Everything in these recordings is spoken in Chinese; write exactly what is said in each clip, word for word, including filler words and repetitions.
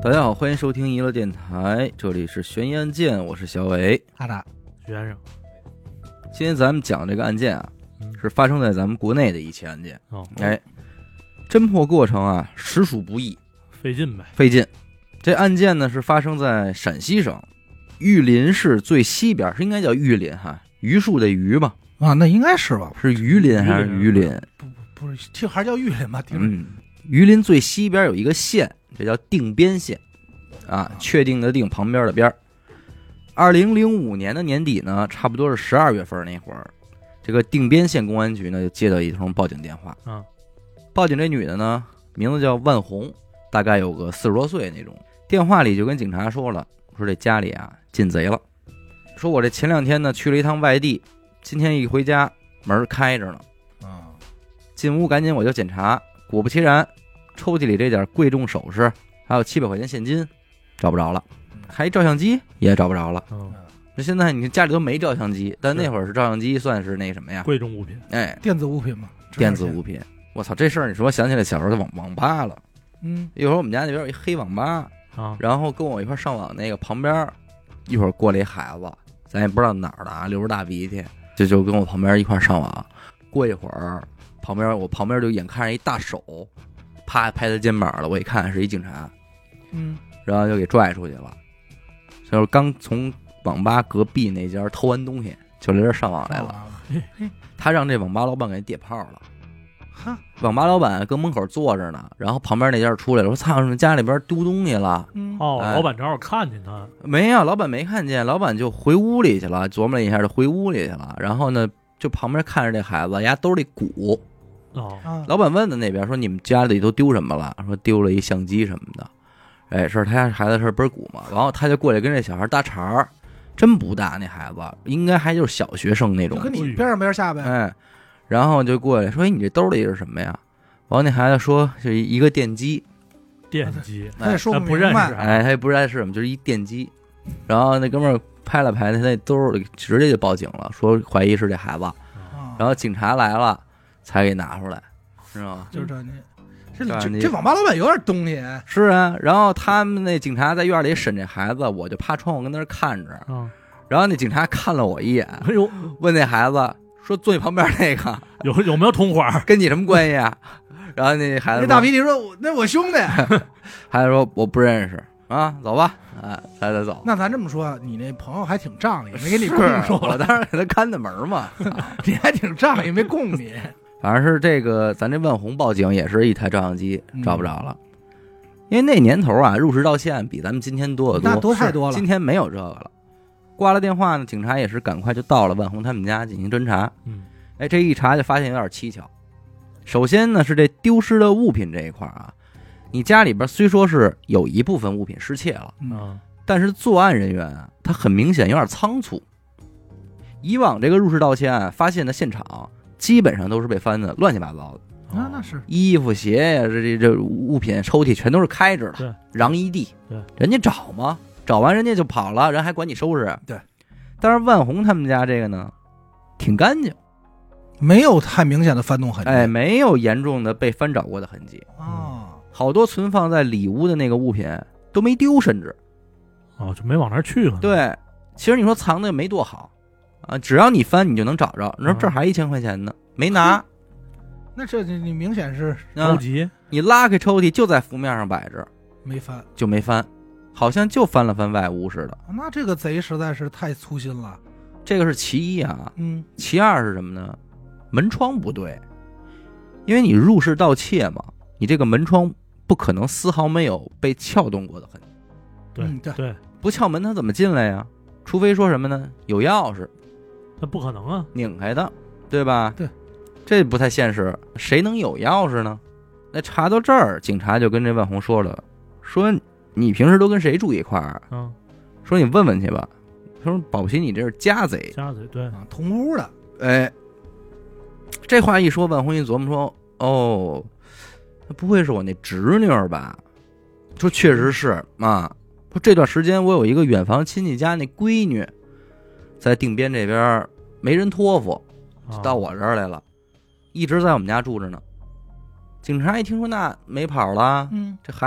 大家好，欢迎收听娱乐电台，这里是悬疑案件，我是小伟。 阿达徐先生， 今天咱们讲这个案件啊，嗯、是发生在咱们国内的一起案件。 哦， 哎，侦破过程啊，实属不易， 费劲呗， 费劲。这案件呢是发生在陕西省榆林市最西边，是应该叫榆林哈，榆树的榆吧？ 啊，那应该是吧？ 是榆林还是榆林？ 不不不是，就还是叫榆林吧？ 嗯，榆林最西边有一个县，这叫定边县，啊，确定的定，旁边的边。二零零五年的年底呢，差不多是十二月份那会儿，这个定边县公安局呢就接到一通报警电话。 嗯， 报警这女的呢，名字叫万红，大概有个四十多岁那种。电话里就跟警察说了，说这家里啊进贼了，说我这前两天呢去了一趟外地，今天一回家门开着呢。 啊， 进屋赶紧我就检查，果不其然，抽屉里这点贵重首饰还有七百块钱现金找不着了，还照相机也找不着了。 嗯， 那现在你看家里都没照相机，但那会儿是照相机算是那什么呀？ 贵重物品， 哎， 电子物品嘛， 电子物品。我操，这事儿你说想起来小时候的网网吧了。 嗯， 一会儿我们家那边有一黑网吧啊， 然后跟我一块上网那个旁边，一会儿过来一孩子，咱也不知道哪儿的啊，流着大鼻涕，就就跟我旁边一块上网。过一会儿，旁边我旁边就眼看着一大手，啪拍他肩膀了，我一看是一警察， 嗯， 然后就给拽出去了。就是刚从网吧隔壁那家偷完东西，就来这上网来了。他让这网吧老板给点炮了。 哈， 网吧老板跟门口坐着呢，然后旁边那家出来了，说：“操，什么家里边丢东西了？” 嗯， 哦， 哎、 老板正好看见他， 没有，老板没看见，老板就回屋里去了，琢磨了一下就回屋里去了。然后呢，就旁边看着这孩子，牙兜里鼓。 哦， 啊， 老板问的那边说：“你们家里都丢什么了？”说丢了一相机什么的。哎，是他家孩子是倍儿鼓嘛，然后他就过来跟这小孩搭茬儿，真不大，那孩子应该还就是小学生那种， 就跟你边上边下呗。 哎，然后就过来说：“哎，你这兜里是什么呀？”然后那孩子说：“是一个电机。” 电机， 他也说不不认识明白， 哎，他也不认识什么，就是一电机。然后那哥们儿拍了拍他那兜里，直接就报警了，说怀疑是这孩子。 啊然后警察来了，才给拿出来，知道吗？ 就是这你，这这这这网吧老板有点东西。 是啊，然后他们那警察在院里审这孩子，我就趴窗户跟那儿看着。 嗯， 然后那警察看了我一眼， 哎呦， 问那孩子说：“坐你旁边那个有有没有同伙？ 跟你什么关系啊？”然后那孩子那大鼻涕说：“我那我兄弟。” 孩子说：“我不认识啊，走吧。”啊，咱再走。 那咱这么说，你那朋友还挺仗义，没给你供是出来， 我当时给他看的门嘛。 你还挺仗义，没供你。 反正是这个，咱这万红报警也是一台照相机找不着了，嗯、因为那年头啊，入室盗窃案比咱们今天多得多， 那多太多了。 今天没有这个了。挂了电话呢，警察也是赶快就到了万红他们家进行侦查。 嗯， 哎，这一查就发现有点蹊跷。首先呢，是这丢失的物品这一块啊，你家里边虽说是有一部分物品失窃了， 嗯， 但是作案人员啊，他很明显有点仓促。以往这个入室盗窃案发现的现场，基本上都是被翻的乱七八糟的。 那那是衣服鞋呀，这这这物品抽屉全都是开着的， 对， 瓤一地。 对， 人家找吗？找完人家就跑了，人还管你收拾？ 对。 但是万红他们家这个呢，挺干净， 没有太明显的翻动痕迹， 哎，没有严重的被翻找过的痕迹。 啊， 好多存放在里屋的那个物品都没丢，甚至哦就没往那儿去了。 对，其实你说藏的也没多好啊，只要你翻你就能找着。你说这还一千块钱呢，没拿。 那这你明显是着急， 你拉开抽屉就在符面上摆着， 没翻， 就没翻，好像就翻了翻外屋似的。 那这个贼实在是太粗心了。 这个是其一啊， 嗯， 其二是什么呢？门窗不对，因为你入室盗窃嘛，你这个门窗不可能丝毫没有被撬动过的痕迹。 对、 嗯、对对， 不撬门他怎么进来呀？除非说什么呢？有钥匙， 那不可能啊， 拧开的，对吧？ 对， 这不太现实，谁能有钥匙呢？那查到这儿，警察就跟这万红说了，说你平时都跟谁住一块儿？ 嗯， 说你问问去吧。他说保不齐你这是家贼， 家贼对啊，同屋的。 哎，这话一说，万红一琢磨说，哦，那不会是我那侄女儿吧？说确实是啊。说这段时间我有一个远房亲戚家那闺女，在定边这边没人托付，就到我这儿来了，一直在我们家住着呢。警察一听说那没跑了， 嗯， 这孩子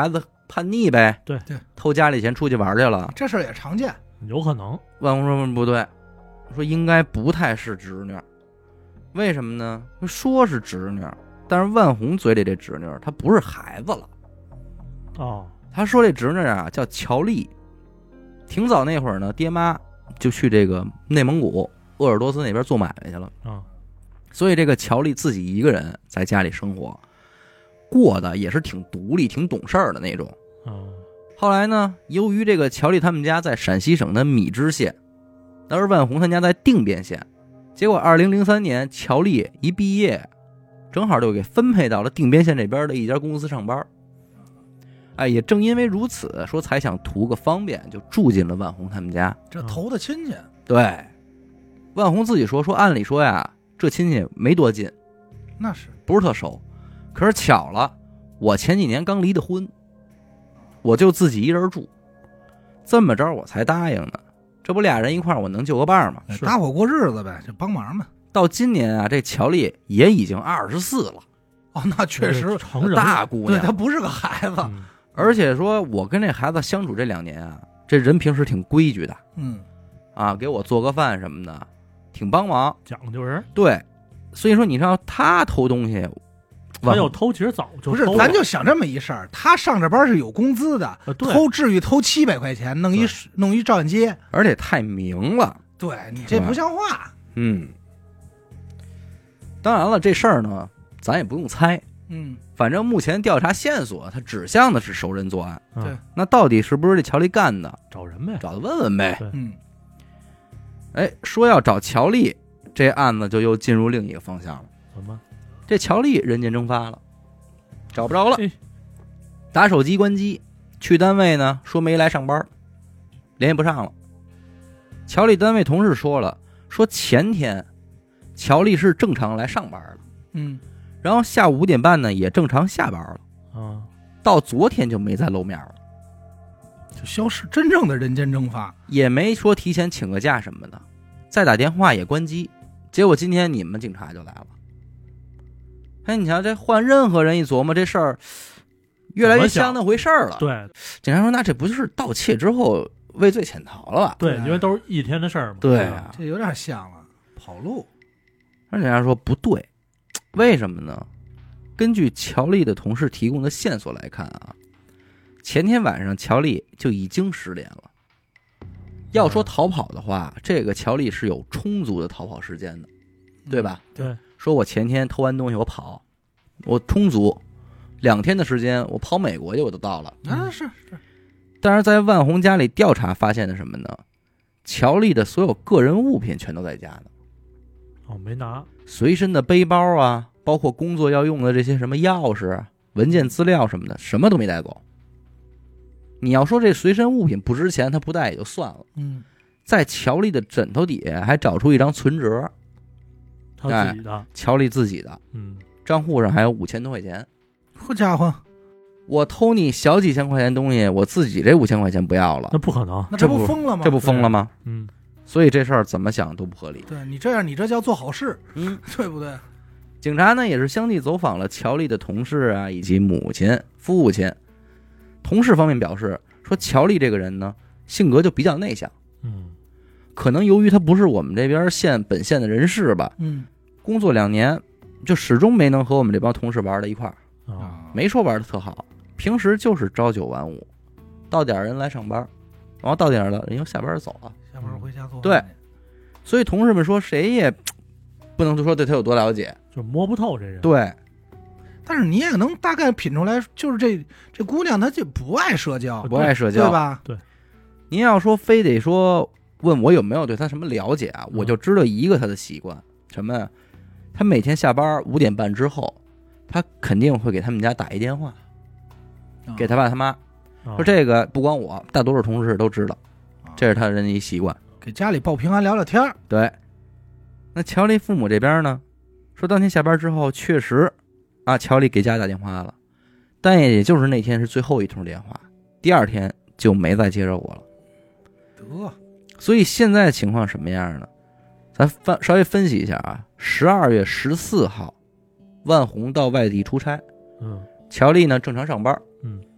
叛逆呗， 对对， 偷家里钱出去玩去了。 这事儿也常见。 有可能。 万红说不对，说应该不太是侄女，为什么呢？说是侄女，但是万红嘴里这侄女她不是孩子了。 哦， 他说这侄女啊叫乔丽，挺早那会儿呢，爹妈就去这个内蒙古鄂尔多斯那边做买卖去了啊， 所以这个乔丽自己一个人在家里生活，过得也是挺独立、挺懂事儿的那种。 啊， 后来呢，由于这个乔丽他们家在陕西省的米脂县，而万红他家在定边县，结果二零零三年乔丽一毕业，正好就给分配到了定边县这边的一家公司上班。哎，也正因为如此，说才想图个方便，就住进了万红他们家。 这投的亲戚， 对，万红自己说，说按理说呀，这亲戚没多近， 那是不是特熟。可是巧了，我前几年刚离的婚，我就自己一人住，这么着我才答应呢。这不俩人一块儿，我能就个伴儿吗？ 是搭伙过日子呗，就帮忙嘛。 到今年啊，这乔丽也已经二十四了， 哦，那确实成人大姑对，他娘。 不是个孩子。 嗯而且说我跟这孩子相处这两年啊，这人平时挺规矩的嗯， 啊，给我做个饭什么的，挺帮忙。 讲究人， 对，所以说你让他偷东西， 他要偷，其实早就不是偷，了咱就想这么一事儿，他上这班是有工资的， 呃对偷至于偷七百块钱，弄一弄一照相机， 而且太明了。 对你这不像话。 嗯，当然了，这事儿呢，咱也不用猜， 嗯， 反正目前调查线索，他指向的是熟人作案。 嗯对那到底是不是这乔丽干的？ 找人呗， 找他问问呗。 对嗯， 哎，说要找乔丽，这案子就又进入另一个方向了。 怎么？ 这乔丽人间蒸发了，找不着了哎。 打手机关机，去单位呢说没来上班，联系不上了。乔丽单位同事说了，说前天乔丽是正常来上班的， 嗯， 然后下午五点半呢也正常下班了， 啊， 到昨天就没再露面了， 就消失，真正的人间蒸发。 也没说提前请个假什么的，再打电话也关机。结果今天你们警察就来了。哎，你瞧这换任何人一琢磨这事儿，越来越像那回事儿了。 对警察说那这不就是盗窃之后畏罪潜逃了吧？ 对， 对因为都是一天的事儿嘛。 对啊， 这有点像了，跑路。 而警察说不对，为什么呢？根据乔丽的同事提供的线索来看啊，前天晚上乔丽就已经失联了。要说逃跑的话，这个乔丽是有充足的逃跑时间的，对吧？ 对， 说我前天偷完东西我跑，我充足两天的时间，我跑美国去我都到了。 啊，是是， 但是在万红家里调查发现的什么呢？乔丽的所有个人物品全都在家呢， 哦，没拿， 随身的背包啊，包括工作要用的这些什么钥匙、文件资料什么的，什么都没带走。你要说这随身物品不值钱，他不带也就算了， 嗯， 在乔丽的枕头底下还找出一张存折， 他自己的， 乔丽自己的嗯， 账户上还有五千多块钱。 好家伙， 我偷你小几千块钱东西，我自己这五千块钱不要了那，不可能， 那这这不不疯了吗？ 这不疯了吗？ 嗯， 所以这事儿怎么想都不合理。 对你这样，你这叫做好事， 嗯， 对不对？ 警察呢也是相继走访了乔丽的同事啊，以及母亲、父亲。同事方面表示说，乔丽这个人呢，性格就比较内向， 嗯， 可能由于他不是我们这边县本县的人士吧， 嗯工作两年就始终没能和我们这帮同事玩到一块儿， 啊， 没说玩的特好，平时就是朝九晚五，到点人来上班，然后到点了人又下班走了。 下班回家做饭对去， 所以同事们说，谁也不能说对他有多了解。 就摸不透这人， 对， 但是你也能大概品出来，就是这这姑娘她就不爱社交， 不爱社交对吧？ 您要说非得说问我有没有对他什么了解啊， 嗯我就知道一个他的习惯，什么呀？他每天下班五点半之后，他肯定会给他们家打一电话， 啊给他爸他妈啊说这个不光我，大多数同事都知道， 啊这是他人的一习惯。 给家里报平安聊聊天儿。 对，那乔丽父母这边呢，说当天下班之后确实啊，乔丽给家打电话了，但也就是那天是最后一通电话，第二天就没再接着过了。 得， 所以现在情况什么样呢？咱分稍微分析一下啊。十二月十四号，万红到外地出差， 嗯乔丽呢正常上班， 嗯，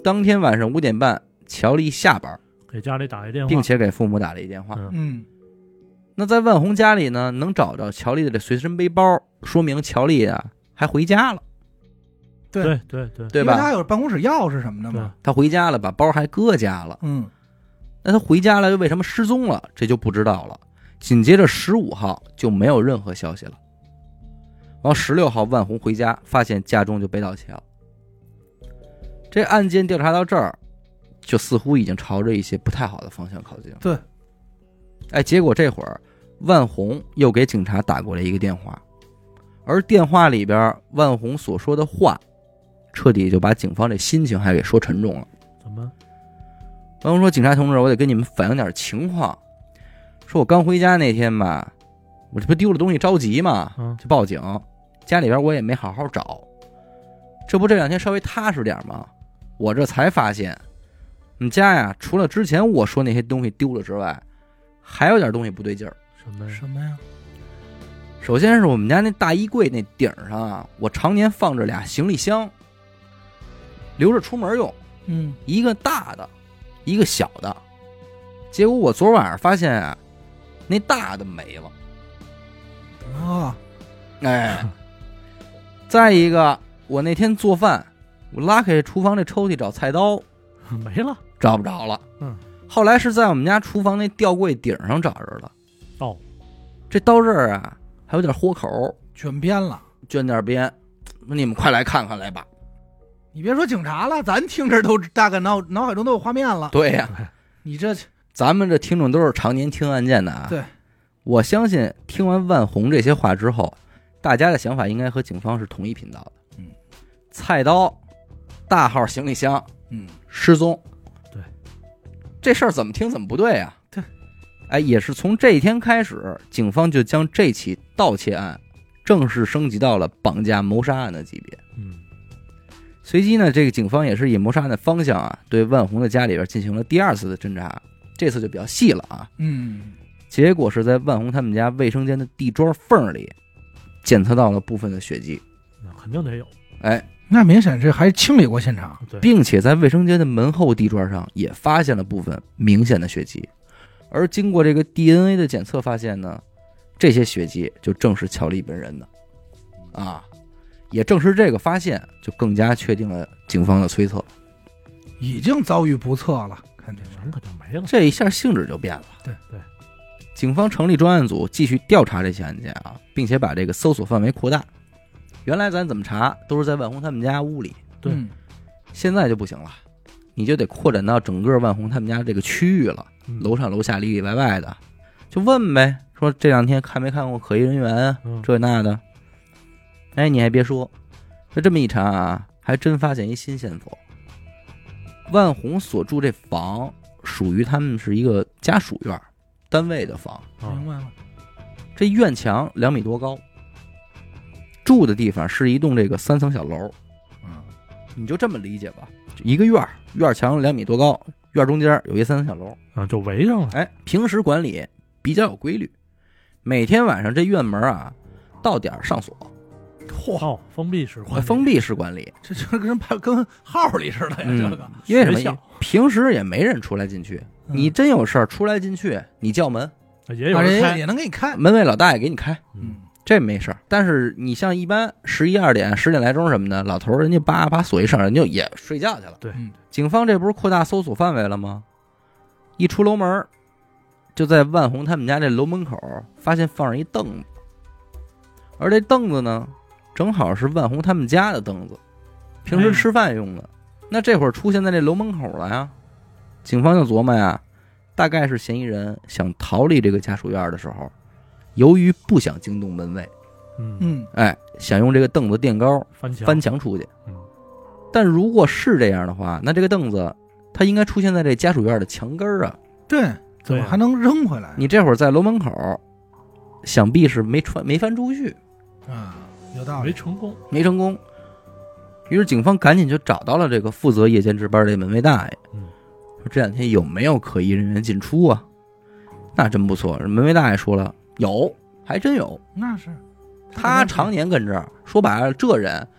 当天晚上五点半，乔丽下班， 给家里打一电话， 并且给父母打了一电话。 嗯， 那在万红家里呢，能找着乔丽的这随身背包，说明乔丽啊还回家了。 对对对对对吧？ 因为他有办公室钥匙什么的嘛。 他回家了，把包还搁家了。 嗯， 那他回家了，又为什么失踪了？这就不知道了。紧接着十五号就没有任何消息了。然后十六号万红回家，发现家中就被盗窃了。这案件调查到这儿，就似乎已经朝着一些不太好的方向靠近了。 对， 哎，结果这会儿万红又给警察打过来一个电话，而电话里边万红所说的话，彻底就把警方这心情还给说沉重了。 怎么？ 万红说：“警察同志，我得跟你们反映点情况。说我刚回家那天吧，我这不丢了东西着急嘛，就报警。家里边我也没好好找，这不这两天稍微踏实点吗？我这才发现，我们家呀，除了之前我说那些东西丢了之外，还有点东西不对劲儿。 什么呀？ 什么呀？ 首先是我们家那大衣柜那顶上啊，我常年放着俩行李箱，留着出门用。 嗯， 一个大的，一个小的。结果我昨晚上发现啊，那大的没了。 啊， 哎，再一个，我那天做饭，我拉开厨房这抽屉找菜刀， 没了， 找不着了。 嗯， 后来是在我们家厨房那吊柜顶上找着了。 哦， 这刀刃儿啊，还有点豁口， 卷边了， 卷点边。你们快来看看来吧。 你别说警察了，咱听着都大概脑脑海中都有画面了。 对呀、 啊，你这咱们这听众都是常年听案件的啊。 对， 我相信听完万红这些话之后，大家的想法应该和警方是同一频道的。 嗯， 菜刀、大号行李箱， 嗯， 失踪。 对， 这事儿怎么听怎么不对啊？ 对， 哎，也是从这一天开始，警方就将这起盗窃案正式升级到了绑架谋杀案的级别。 嗯。 随即呢，这个警方也是以谋杀案的方向啊，对万红的家里边进行了第二次的侦查，这次就比较细了啊。 嗯， 结果是在万红他们家卫生间的地砖缝里，检测到了部分的血迹。 那肯定得有。 哎， 那明显这还清理过现场， 并且在卫生间的门后地砖上也发现了部分明显的血迹。而经过这个 D N A 的检测发现呢，这些血迹就正是乔丽本人的啊。也正是这个发现，就更加确定了警方的推测， 已经遭遇不测了，看这人可就没了。 这一下性质就变了。 对对， 警方成立专案组继续调查这起案件啊，并且把这个搜索范围扩大。原来咱怎么查都是在万红他们家屋里， 对， 嗯、 现在就不行了，你就得扩展到整个万红他们家这个区域了， 嗯、 楼上楼下里里外外的，就问呗，说这两天看没看过可疑人员， 嗯、 这那的。哎，你还别说，就这么一查啊，还真发现一新线索。万红所住这房属于他们是一个家属院，单位的房。 明白了。 这院墙两米多高，住的地方是一栋这个三层小楼。 嗯， 你就这么理解吧，一个院院墙两米多高，院中间有一三层小楼啊，就围上了。 哎，平时管理比较有规律，每天晚上这院门啊到点上锁。 嚯，封闭式管理， 封闭式管理， 这就跟跟号里似的呀， 嗯、 这个。 因为什么？平时也没人出来进去， 嗯、 你真有事儿出来进去，你叫门， 也有人开， 也能给你开， 门卫老大爷给你开， 嗯， 这没事儿。但是你像一般十一二点、十点来钟什么的，老头人家叭把锁一上，人就也睡觉去了。 对， 嗯、 警方这不是扩大搜索范围了吗？一出楼门，就在万红他们家这楼门口发现放着一凳子，而这凳子呢，正好是万红他们家的凳子，平时吃饭用的。哎、那这会儿出现在这楼门口了呀，警方就琢磨呀，大概是嫌疑人想逃离这个家属院的时候，由于不想惊动门卫， 嗯嗯， 哎，想用这个凳子垫高翻墙翻墙出去。 嗯， 但如果是这样的话，那这个凳子它应该出现在这家属院的墙根儿啊。 对，怎么还能扔回来？ 你这会儿在楼门口，想必是没穿没翻出去啊。有道理， 没成功， 没成功。于是警方赶紧就找到了这个负责夜间值班的门卫大爷， 嗯， 说这两天有没有可疑人员进出啊？那真不错，门卫大爷说了，有，还真有。 那是他常年跟这儿，说白了，这人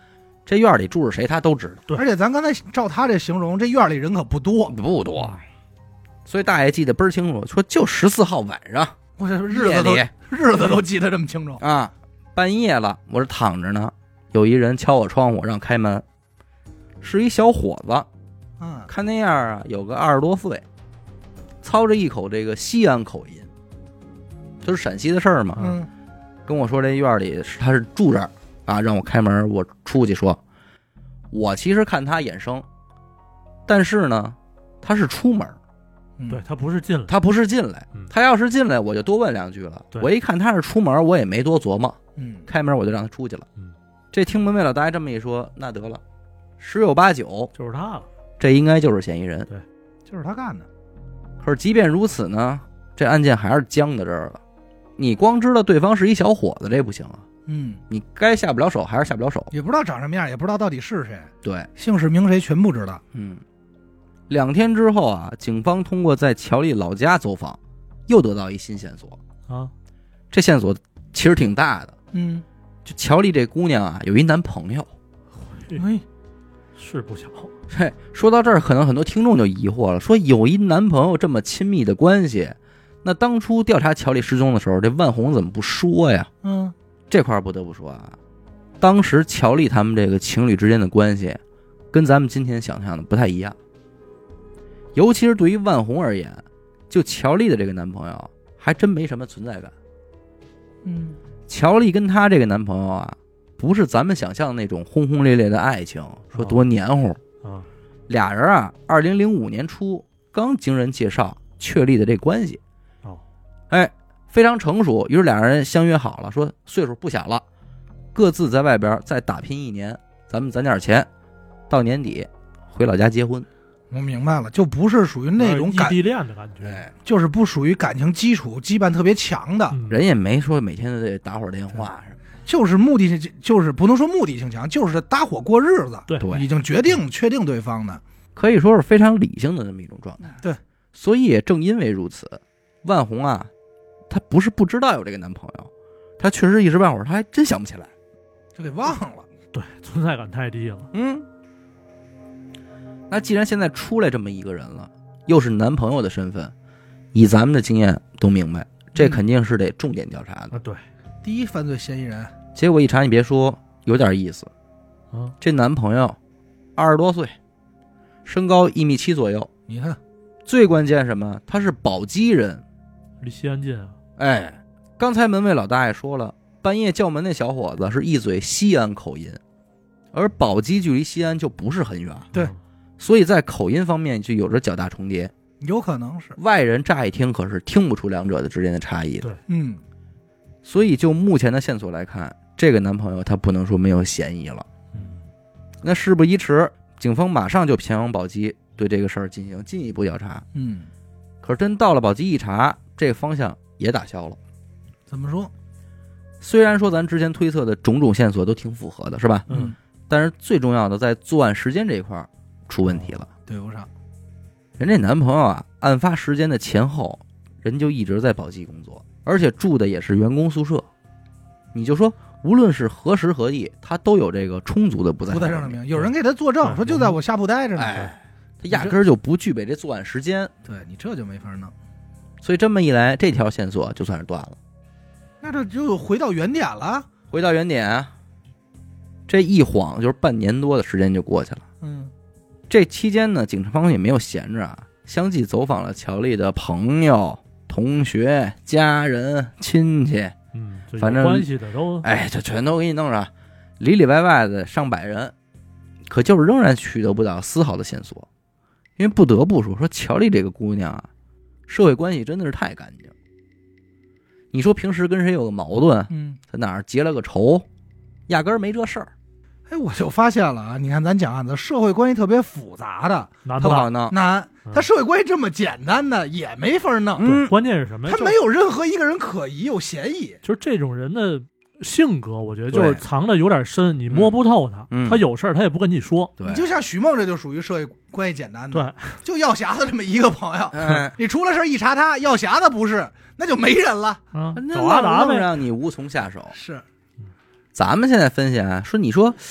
这院里住着谁他都知道。 而且咱刚才照他这形容，这院里人可不多不多，所以大爷记得倍儿清楚，说就十四号晚上， 我这日子都日子都记得这么清楚啊！半夜了，我这躺着呢，有一人敲我窗户让开门，是一小伙子， 嗯， 看那样啊，有个二十多岁，操着一口这个西安口音，就是陕西的事儿嘛。 嗯， 跟我说这院里是他是住这儿啊，让我开门，我出去说，我其实看他眼生，但是呢，他是出门。 对，他不是进来， 他不是进来， 嗯、 他要是进来，我就多问两句了。我一看他是出门，我也没多琢磨， 嗯， 开门我就让他出去了。 嗯， 这听门卫老大爷这么一说，那得了，十有八九就是他了， 这应该就是嫌疑人。 对， 就是他干的。 可是即便如此呢，这案件还是僵在这儿了。你光知道对方是一小伙子，这不行啊。 嗯， 你该下不了手还是下不了手， 也不知道长什么样，也不知道到底是谁， 对， 姓氏名谁全不知道。 嗯。两天之后啊，警方通过在乔丽老家走访，又得到一新线索啊。 这线索其实挺大的， 嗯， 就乔丽这姑娘啊，有一男朋友， 哎， 是不小。 嘿，说到这儿，可能很多听众就疑惑了，说有一男朋友这么亲密的关系，那当初调查乔丽失踪的时候，这万红怎么不说呀？ 嗯， 这块不得不说啊，当时乔丽他们这个情侣之间的关系，跟咱们今天想象的不太一样。尤其是对于万红而言，就乔丽的这个男朋友还真没什么存在感。 嗯， 乔丽跟她这个男朋友啊，不是咱们想象的那种轰轰烈烈的爱情，说多黏糊啊。 俩人啊，二零零五年初刚经人介绍确立的这关系。 哦， 哎，非常成熟。于是俩人相约好了，说岁数不小了，各自在外边再打拼一年，咱们攒点钱，到年底回老家结婚。 我明白了，就不是属于那种异地恋的感觉， 就是不属于感情基础羁绊特别强的、 嗯、 人，也没说每天都得打会儿电话， 就是目的性，就是不能说目的性强，就是搭伙过日子， 对， 已经决定确定对方的， 可以说是非常理性的这么一种状态。 对， 所以也正因为如此，万红啊，她不是不知道有这个男朋友，她确实一时半会儿她还真想不起来， 就给忘了， 对，存在感太低了， 嗯。那既然现在出来这么一个人了，又是男朋友的身份，以咱们的经验都明白，这肯定是得重点调查的。 嗯啊、对， 第一犯罪嫌疑人。 结果一查，你别说，有点意思。 啊， 这男朋友二十多岁，身高一米七左右。 你看， 最关键什么？他是宝鸡人， 离西安近啊。 哎，刚才门卫老大爷说了，半夜叫门那小伙子是一嘴西安口音，而宝鸡距离西安就不是很远。 对。 所以在口音方面就有着较大重叠， 有可能是外人乍一听可是听不出两者的之间的差异的。 对， 嗯， 所以就目前的线索来看，这个男朋友他不能说没有嫌疑了。 嗯， 那事不宜迟，警方马上就前往宝鸡对这个事儿进行进一步调查。 嗯， 可是真到了宝鸡一查，这个方向也打消了。 怎么说？ 虽然说咱之前推测的种种线索都挺符合的，是吧？ 嗯， 但是最重要的在作案时间这一块出问题了， 对不上。 人这男朋友啊，案发时间的前后，人就一直在宝鸡工作，而且住的也是员工宿舍。你就说，无论是何时何地，他都有这个充足的不在不在证明。有人给他作证，说就在我下铺待着呢。 哎，他压根儿就不具备这作案时间。 对你这就没法弄。 所以这么一来，这条线索就算是断了。 那这就回到原点了。 回到原点，这一晃就是半年多的时间就过去了。 嗯。 这期间呢，警方也没有闲着啊，相继走访了乔丽的朋友、同学、家人、亲戚， 嗯， 反正关系的都， 哎，就全都给你弄上，里里外外的上百人，可就是仍然取得不到丝毫的线索。因为不得不说，说乔丽这个姑娘啊，社会关系真的是太干净。你说平时跟谁有个矛盾， 嗯， 在哪儿结了个仇，压根儿没这事儿。 哎，我就发现了啊！你看咱讲案子，社会关系特别复杂的， 难不好弄。 难，他社会关系这么简单的也没法弄。 嗯，关键是什么呀？ 他没有任何一个人可疑有嫌疑。 就是这种人的性格，我觉得就是藏的有点深，你摸不透他。 嗯、 他有事儿他也不跟你说。 对，你就像许梦，这就属于社会关系简单的。 对， 就药匣子这么一个朋友， 哎、 你出了事一查他，药匣子不是，那就没人了。 啊， 那找阿达呗， 让你无从下手。 是。 咱们现在分析啊，说你说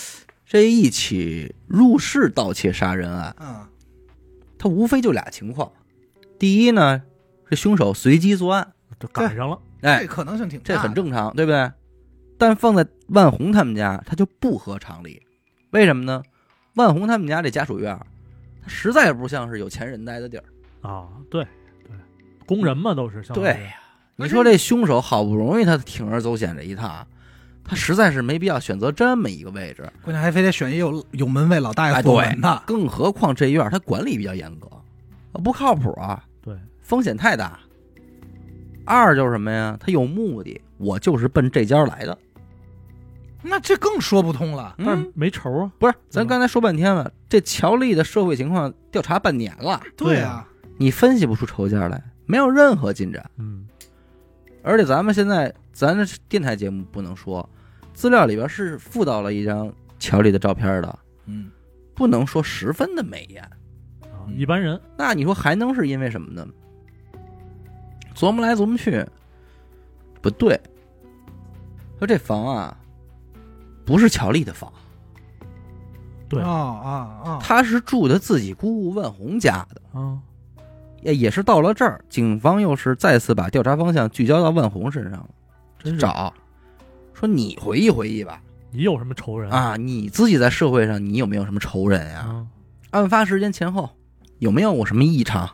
这一起入室盗窃杀人案， 嗯， 它无非就俩情况。第一呢，是凶手随机作案， 就赶上了。 哎这，可能性挺大这的， 很正常，对不对？但放在万红他们家，他就不合常理。为什么呢？万红他们家这家属院，他实在不像是有钱人待的地儿啊。对对，工人嘛都是。 对呀，你说这凶手好不容易他铤而走险这一趟，他实在是没必要选择这么一个位置， 关键还非得选一有有门卫老大爷做门的。 更何况这院他管理比较严格，不靠谱啊。 对， 风险太大。二就是什么呀？他有目的，我就是奔这家来的。 那这更说不通了。 但是没仇啊。 不是，咱刚才说半天了，这乔丽的社会情况调查半年了， 对啊， 你分析不出仇家来，没有任何进展。 嗯， 而且咱们现在咱这电台节目不能说，资料里边是附到了一张乔丽的照片的， 嗯， 不能说十分的美艳。 啊，一般人。 那你说还能是因为什么呢？琢磨来琢磨去，不对。说这房啊，不是乔丽的房， 对啊啊啊， 他是住的自己姑姑万红家的。 啊， 也也是到了这儿，警方又是再次把调查方向聚焦到万红身上了， 真是找说你回忆回忆吧， 你有什么仇人啊，你自己在社会上你有没有什么仇人呀？ 啊？ 案发时间前后有没有我什么异常？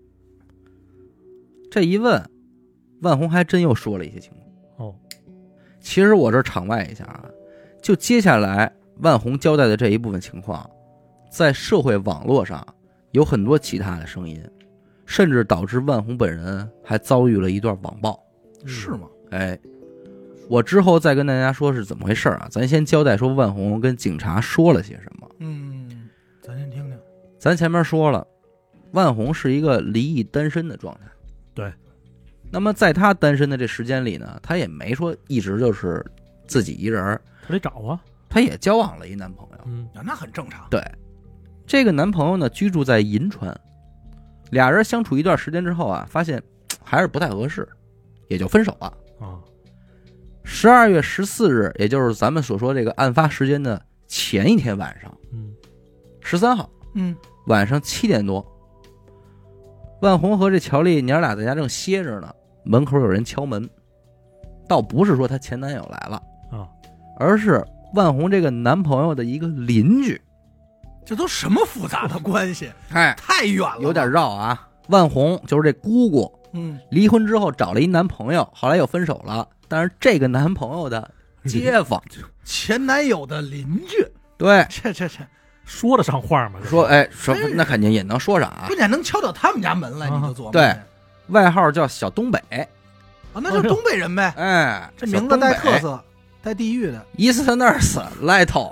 这一问，万红还真又说了一些情况。 哦， 其实我这场外一下啊，就接下来万红交代的这一部分情况，在社会网络上有很多其他的声音，甚至导致万红本人还遭遇了一段网暴。 是吗？ 哎，我之后再跟大家说是怎么回事啊，咱先交代说万红跟警察说了些什么。 嗯，咱先听听。 咱前面说了，万红是一个离异单身的状态。 对。 那么在他单身的这时间里呢，他也没说一直就是自己一人， 他得找啊。 他也交往了一男朋友。 嗯， 那很正常。 对，这个男朋友呢居住在银川，俩人相处一段时间之后啊，发现还是不太合适，也就分手了。 啊， 十二月十四日，也就是咱们所说这个案发时间的前一天晚上， 嗯， 十三号， 嗯， 晚上七点多，万红和这乔丽娘俩在家正歇着呢，门口有人敲门，倒不是说她前男友来了啊， 而是万红这个男朋友的一个邻居。 这都什么复杂的关系？ 哎， 太远了， 有点绕啊。万红就是这姑姑， 嗯， 离婚之后找了一男朋友，后来又分手了，但是这个男朋友的街坊， 前男友的邻居， 对， 这这这说得上话吗？ 说哎说那肯定也能说上啊， 关键能敲到他们家门来，你就琢磨。 对，外号叫小东北啊，那就是东北人呗。 哎， 这名字带特色，带地域的。 Easterners Little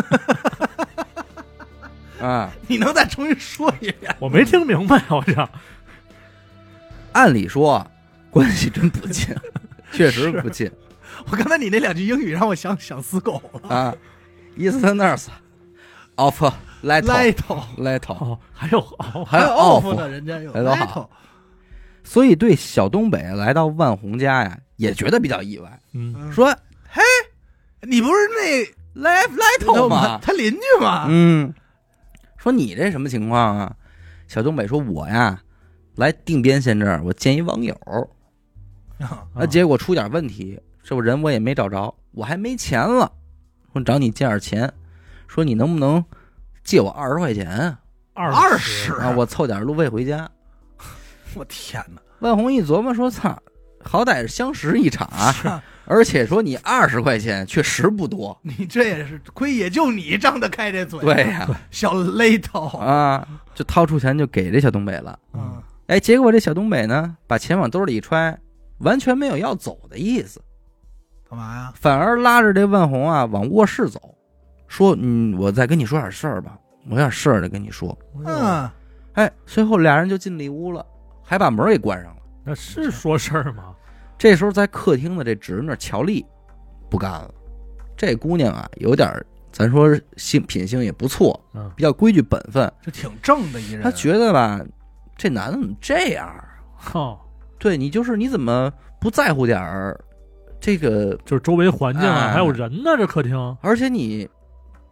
啊， 你能再重新说一遍？ 我没听明白，好像。 按理说关系真不近，确实不近。 我刚才你那两句英语让我想想死狗了啊 ！Easterners of Little Little， 哦，还有哦， 还有 off 的，人家有 Little。所以对小东北来到万红家呀，也觉得比较意外。 嗯， 说嘿，你不是那 Little 吗？ 他邻居吗？ 嗯。说你这什么情况啊？小东北说：“我呀，来定边县这儿，我见一网友，啊，结果出点问题，这不人我也没找着，我还没钱了，说找你借点钱，说你能不能借我二十块钱？ 二十啊，我凑点路费回家。 我天哪！ 万红一琢磨说：操，好歹是相识一场啊。”而且说你二十块钱确实不多， 你这也是亏，也就你张得开这嘴。 对呀、啊， 小勒头啊，就掏出钱就给这小东北了。 嗯， 哎，结果这小东北呢，把钱往兜里一揣，完全没有要走的意思。 干嘛呀？ 反而拉着这万红啊往卧室走，说：“嗯，我再跟你说点事儿吧，我有点事儿得跟你说。” 嗯， 哎，随后俩人就进里屋了，还把门给关上了。 那是说事儿吗？ 这时候在客厅的这侄女乔丽不干了，这姑娘啊有点咱说性品性也不错， 嗯， 比较规矩本分， 这挺正的一人。 她觉得吧，这男的怎么这样？ 哦， 对你就是你怎么不在乎点儿这个， 就是周围环境啊， 哎、 还有人呢，这客厅， 而且你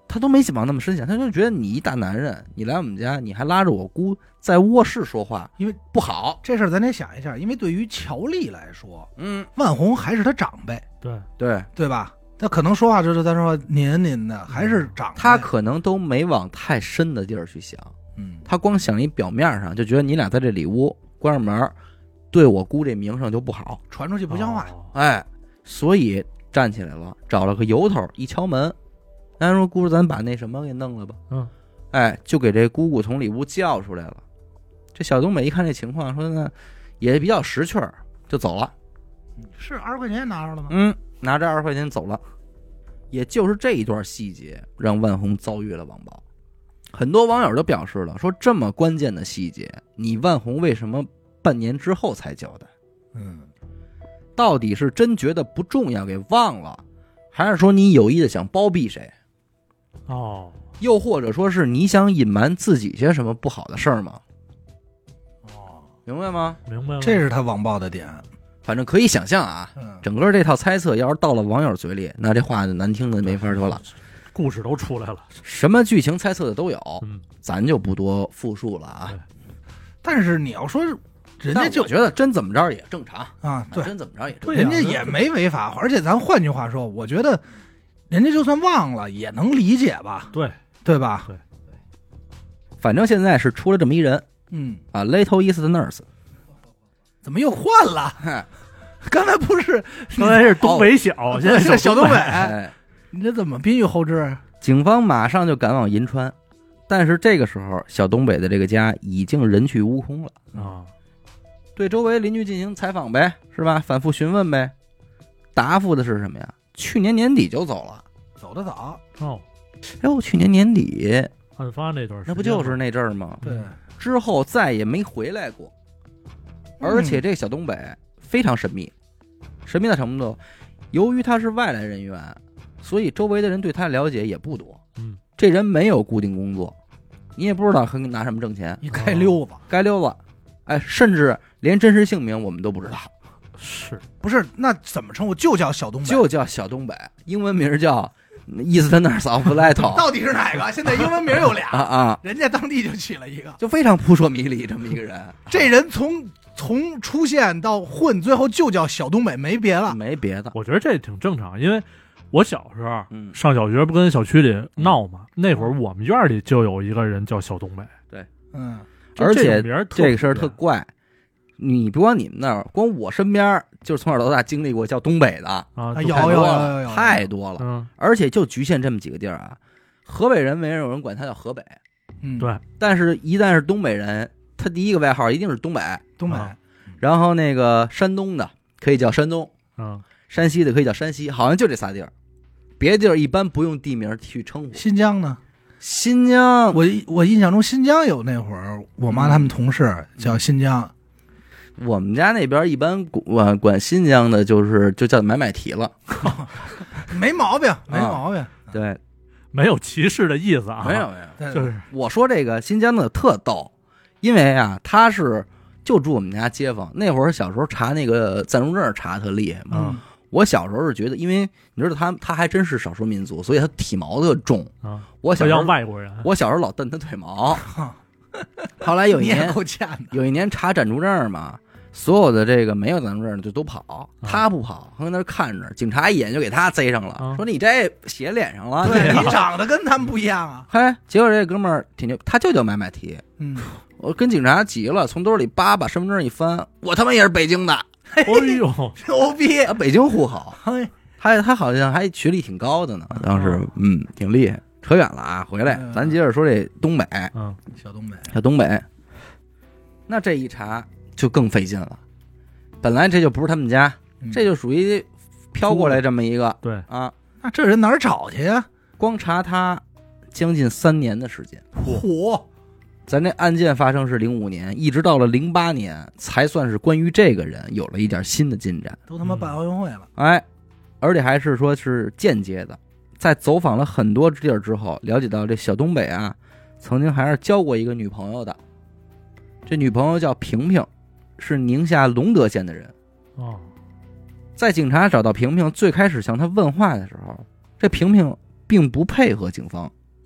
他都没往那么深想，他就觉得你一大男人，你来我们家，你还拉着我姑在卧室说话， 因为不好。 这事儿咱得想一下，因为对于乔丽来说， 嗯， 万红还是他长辈， 对对， 对吧？他可能说话就是咱说您您的，还是长辈， 他可能都没往太深的地儿去想， 嗯， 他光想一表面上，就觉得你俩在这里屋关上门，对我姑这名声就不好， 传出去不像话。 哦哎，所以站起来了，找了个由头，一敲门，咱说姑，咱把那什么给弄了吧。 嗯， 哎，就给这姑姑从里屋叫出来了。这小东北一看这情况，说呢也比较识趣儿，就走了。 是二十块钱拿着了吗？ 嗯，拿着二十块钱走了。也就是这一段细节，让万红遭遇了网暴。很多网友都表示了，说这么关键的细节，你万红为什么半年之后才交代？ 嗯， 到底是真觉得不重要给忘了，还是说你有意的想包庇谁？ 哦， 又或者说是你想隐瞒自己些什么不好的事儿吗？ 哦， 明白吗？ 明白了， 这是他网暴的点。 反正可以想象啊， 嗯， 整个这套猜测要是到了网友嘴里，那这话就难听的没法说了， 故事都出来了， 什么剧情猜测的都有， 嗯， 咱就不多复述了啊。 但是你要说人家就我觉得真怎么着也正常啊，对， 真怎么着也正常， 对呀人家也没违法，而且咱换句话说，我觉得人家就算忘了也能理解吧， 对对吧？ 对， 反正现在是出了这么一人嗯， 啊 ，Little East Nurse， 怎么又换了？刚才不是， 刚才是东北小， 哦现在是小东北， 哎， 你这怎么宾语后置？ 警方马上就赶往银川，但是这个时候小东北的这个家已经人去屋空了啊， 对周围邻居进行采访呗，是吧？反复询问呗，答复的是什么呀？去年年底就走了。 走得早， 哦， 哎呦，去年年底案发那段时间那不就是那阵儿吗？ 对， 之后再也没回来过，而且这个小东北非常神秘，神秘的程度，由于他是外来人员，所以周围的人对他了解也不多。 嗯， 这人没有固定工作，你也不知道他拿什么挣钱， 一街溜子， 该溜子，哎，甚至连真实姓名我们都不知道， 是不是？那怎么称呼？就叫小东北， 就叫小东北，英文名叫伊斯特纳斯奥夫莱特到底是哪个？现在英文名有俩啊啊， 人家当地就起了一个， 就非常扑朔迷离这么一个人。 这人从从出现到混，最后就叫小东北，没别了。 没别的， 我觉得这挺正常，因为我小时候嗯上小学不跟小区里闹嘛，那会儿我们院里就有一个人叫小东北， 嗯， 就而且这种名儿特这个事儿特普遍怪，你不光你们那儿，光我身边就是从小到大经历过叫东北的， 啊， 啊就有有太多了有有有太多了， 嗯， 而且就局限这么几个地儿啊。河北人没人有人管他叫河北， 嗯， 对， 但是一旦是东北人，他第一个外号一定是东北。 东北啊然后那个山东的可以叫山东， 嗯， 山西的可以叫山西，好像就这仨地儿，别的地儿一般不用地名去称呼。 新疆呢？ 新疆， 我我印象中新疆有那会儿，我妈他们同事叫新疆， 我们家那边一般管管新疆的就是就叫买买提了。 没毛病，没毛病。 对， 没有歧视的意思啊， 没有没有。 对就是我说这个新疆的特逗，因为啊，他是就住我们家街坊。那会儿小时候查那个暂住证查特厉害嘛。 嗯， 我小时候是觉得，因为你知道他他还真是少数民族，所以他体毛特重。 啊，不像我小时候外国人， 我小时候老蹬他腿毛。后来有一你也年够欠的。 有一年查暂住证嘛，所有的这个没有暂住证的就都跑，他不跑，他跟那儿看着，警察一眼就给他贼上了， 啊说你这写脸上了。 对你你长得跟他们不一样啊。 嘿，结果这哥们儿挺牛，他就叫买买提。 嗯， 我跟警察急了，从兜里扒把身份证一翻，我他妈也是北京的， 哎呦， 牛逼！ 啊，北京户口， 嘿， 他他好像还学历挺高的呢，当时嗯挺厉害。扯远了啊，回来嗯咱接着说这东北， 嗯， 小东北， 小东北，那这一查就更费劲了。本来这就不是他们家， 嗯这就属于飘过来这么一个对， 啊， 那这人哪儿找去呀？ 光查他将近三年的时间。 嚯， 咱这案件发生是零五年，一直到了零八年才算是关于这个人有了一点新的进展。 都他妈办奥运会了。 哎，而且还是说是间接的，在走访了很多地儿之后，了解到这小东北啊，曾经还是交过一个女朋友的。这女朋友叫萍萍，是宁夏隆德县的人。 哦， 在警察找到萍萍，最开始向她问话的时候，这萍萍并不配合警方，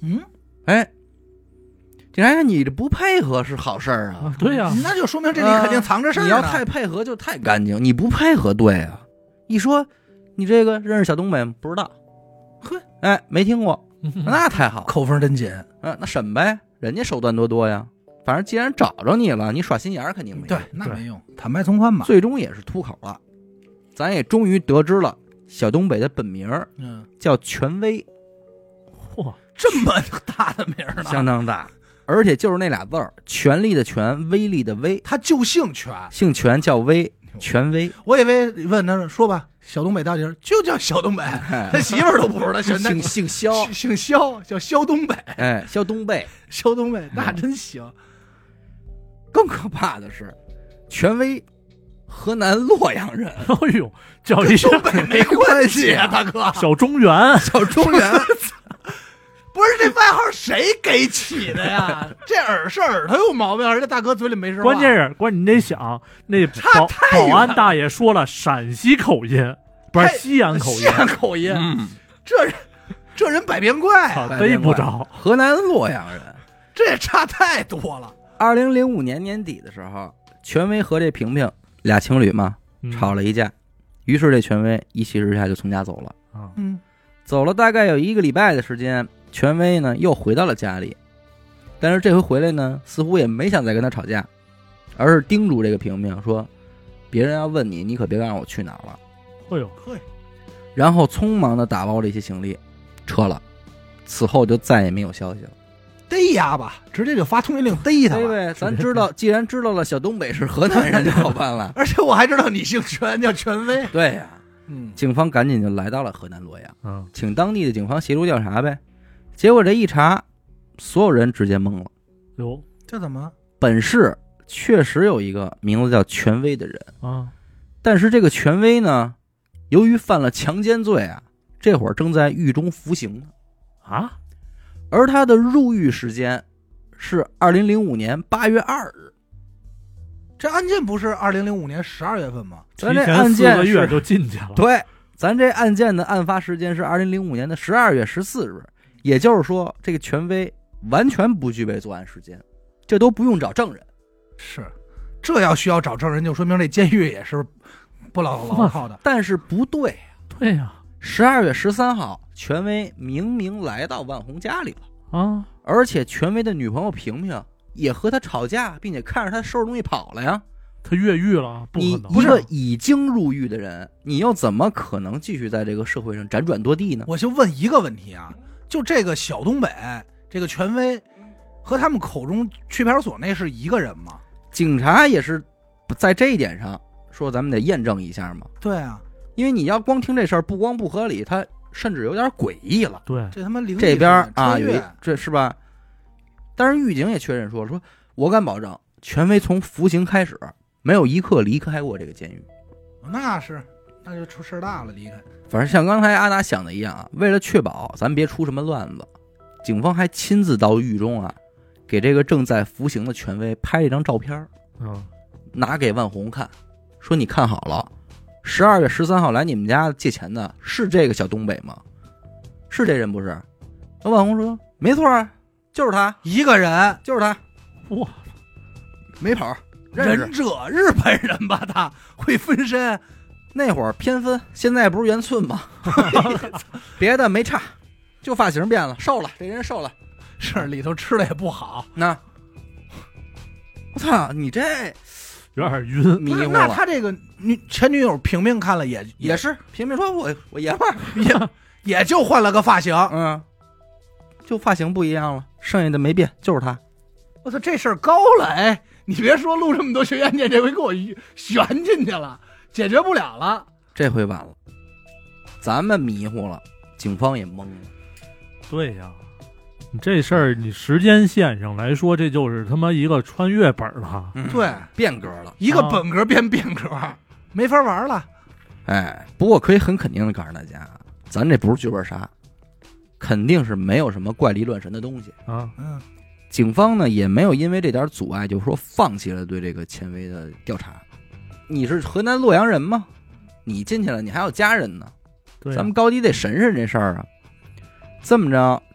嗯， 哎，警察，你这不配合是好事儿啊？ 啊对呀、啊， 那就说明这里肯定藏着事儿、啊你要太配合就太干净，你不配合对啊。一说你这个认识小东北吗？不知道， 呵， 哎，没听过，那太好， 扣分真紧。 嗯，那审呗，人家手段多多呀。反正既然找着你了，你耍心眼儿肯定没用。 对，那没用，坦白从宽吧。 最终也是秃口了，咱也终于得知了小东北的本名， 嗯， 叫权威。 嚯， 这么大的名儿呢？ 相当大，而且就是那俩字儿，权力的权，威力的威， 他就姓权， 姓权叫威，权威。 我以为问他说吧，小东北到底是就叫小东北，他媳妇儿都不知道， 姓姓肖， 姓肖，叫肖东北， 哎，肖东北， 肖东北，那真行。 更可怕的是，权威河南洛阳人， 哎呦，叫一声东北没关系啊，大哥， 小中原， 小中原， 不是这外号谁给起的呀？这耳是耳朵有毛病，而且大哥嘴里没声。 关键是关键你得想，那保保安大爷说了陕西口音，不是西安口音， 西安口音， 嗯， 这人这人百变怪啊， 逮不着。 河南洛阳人， 这也差太多了。 二零零五年年底的时候，权威和这萍萍俩情侣嘛吵了一架，于是这权威一气之下就从家走了。 啊， 嗯， 走了大概有一个礼拜的时间，权威呢又回到了家里，但是这回回来呢，似乎也没想再跟他吵架，而是叮嘱这个萍萍说：“别人要问你，你可别让我去哪儿了。” 哎呦， 嘿， 然后匆忙的打包了一些行李，撤了。此后就再也没有消息了。 逮呀吧，直接就发通缉令逮他了。 对呗，咱知道，既然知道了小东北是河南人，就好办了。 而且我还知道你姓权，叫权威。 对呀、啊， 嗯， 警方赶紧就来到了河南洛阳， 嗯， 请当地的警方协助调查呗。结果这一查，所有人直接懵了。 有这怎么？ 本市确实有一个名字叫权威的人啊， 但是这个权威呢，由于犯了强奸罪啊，这会儿正在狱中服刑呢。 啊， 而他的入狱时间是二零零五年八月二日。 这案件不是二零零五年十二月份吗？ 咱这案件四个月就进去了。 对，咱这案件的案发时间是二零零五年的十二月十四日，也就是说，这个权威完全不具备作案时间，这都不用找证人。 是，这要需要找证人，就说明这监狱也是不老牢靠的。 但是不对， 对呀、啊， 十二月十三号，权威明明来到万红家里了啊， 而且权威的女朋友萍萍也和他吵架，并且看着他收拾东西跑了呀。 他越狱了，不可能。 你一个已经入狱的人，你又怎么可能继续在这个社会上辗转多地呢？ 我就问一个问题啊，就这个小东北这个权威和他们口中去派出所那是一个人吗？ 警察也是在这一点上说咱们得验证一下嘛。 对啊， 因为你要光听这事儿不光不合理，他甚至有点诡异了。 对， 这他妈灵异这边啊有一越这是吧？但是狱警也确认说说，我敢保证，权威从服刑开始没有一刻离开过这个监狱。 那是，那就出事大了，离开。 反正像刚才阿达想的一样啊，为了确保咱别出什么乱子，警方还亲自到狱中啊，给这个正在服刑的权威拍了一张照片， 嗯， 拿给万红看，说你看好了，十二月十三号来你们家借钱的是这个小东北吗？是这人不是？那万红说没错啊，就是他， 一个人， 就是他， 哇， 没跑。 忍者日本人吧，他会分身。 那会儿偏分，现在不是圆寸吗？别的没差，就发型变了，瘦了，这人瘦了。 是里头吃的也不好。 那我操，你这有点晕， 迷糊了。 那他这个女前女友萍萍看了也也是，萍萍说我我爷们儿也也就换了个发型， 嗯，就发型不一样了，剩下的没变，就是他。 我操，这事儿高了哎！你别说录这么多悬案件，这回给我悬进去了，解决不了了。 这回完了，咱们迷糊了，警方也懵了。 对呀，你这事儿你时间线上来说，这就是他妈一个穿越本了。 嗯、 对， 变格了， 一个本格变变格，啊、没法玩了。 哎，不过可以很肯定的告诉大家，咱这不是剧本杀，肯定是没有什么怪力乱神的东西啊。 嗯。 警方呢也没有因为这点阻碍，就是说放弃了对这个钱威的调查。你是河南洛阳人吗？你进去了，你还有家人呢， 对啊， 咱们高低得审审这事儿啊。这么着，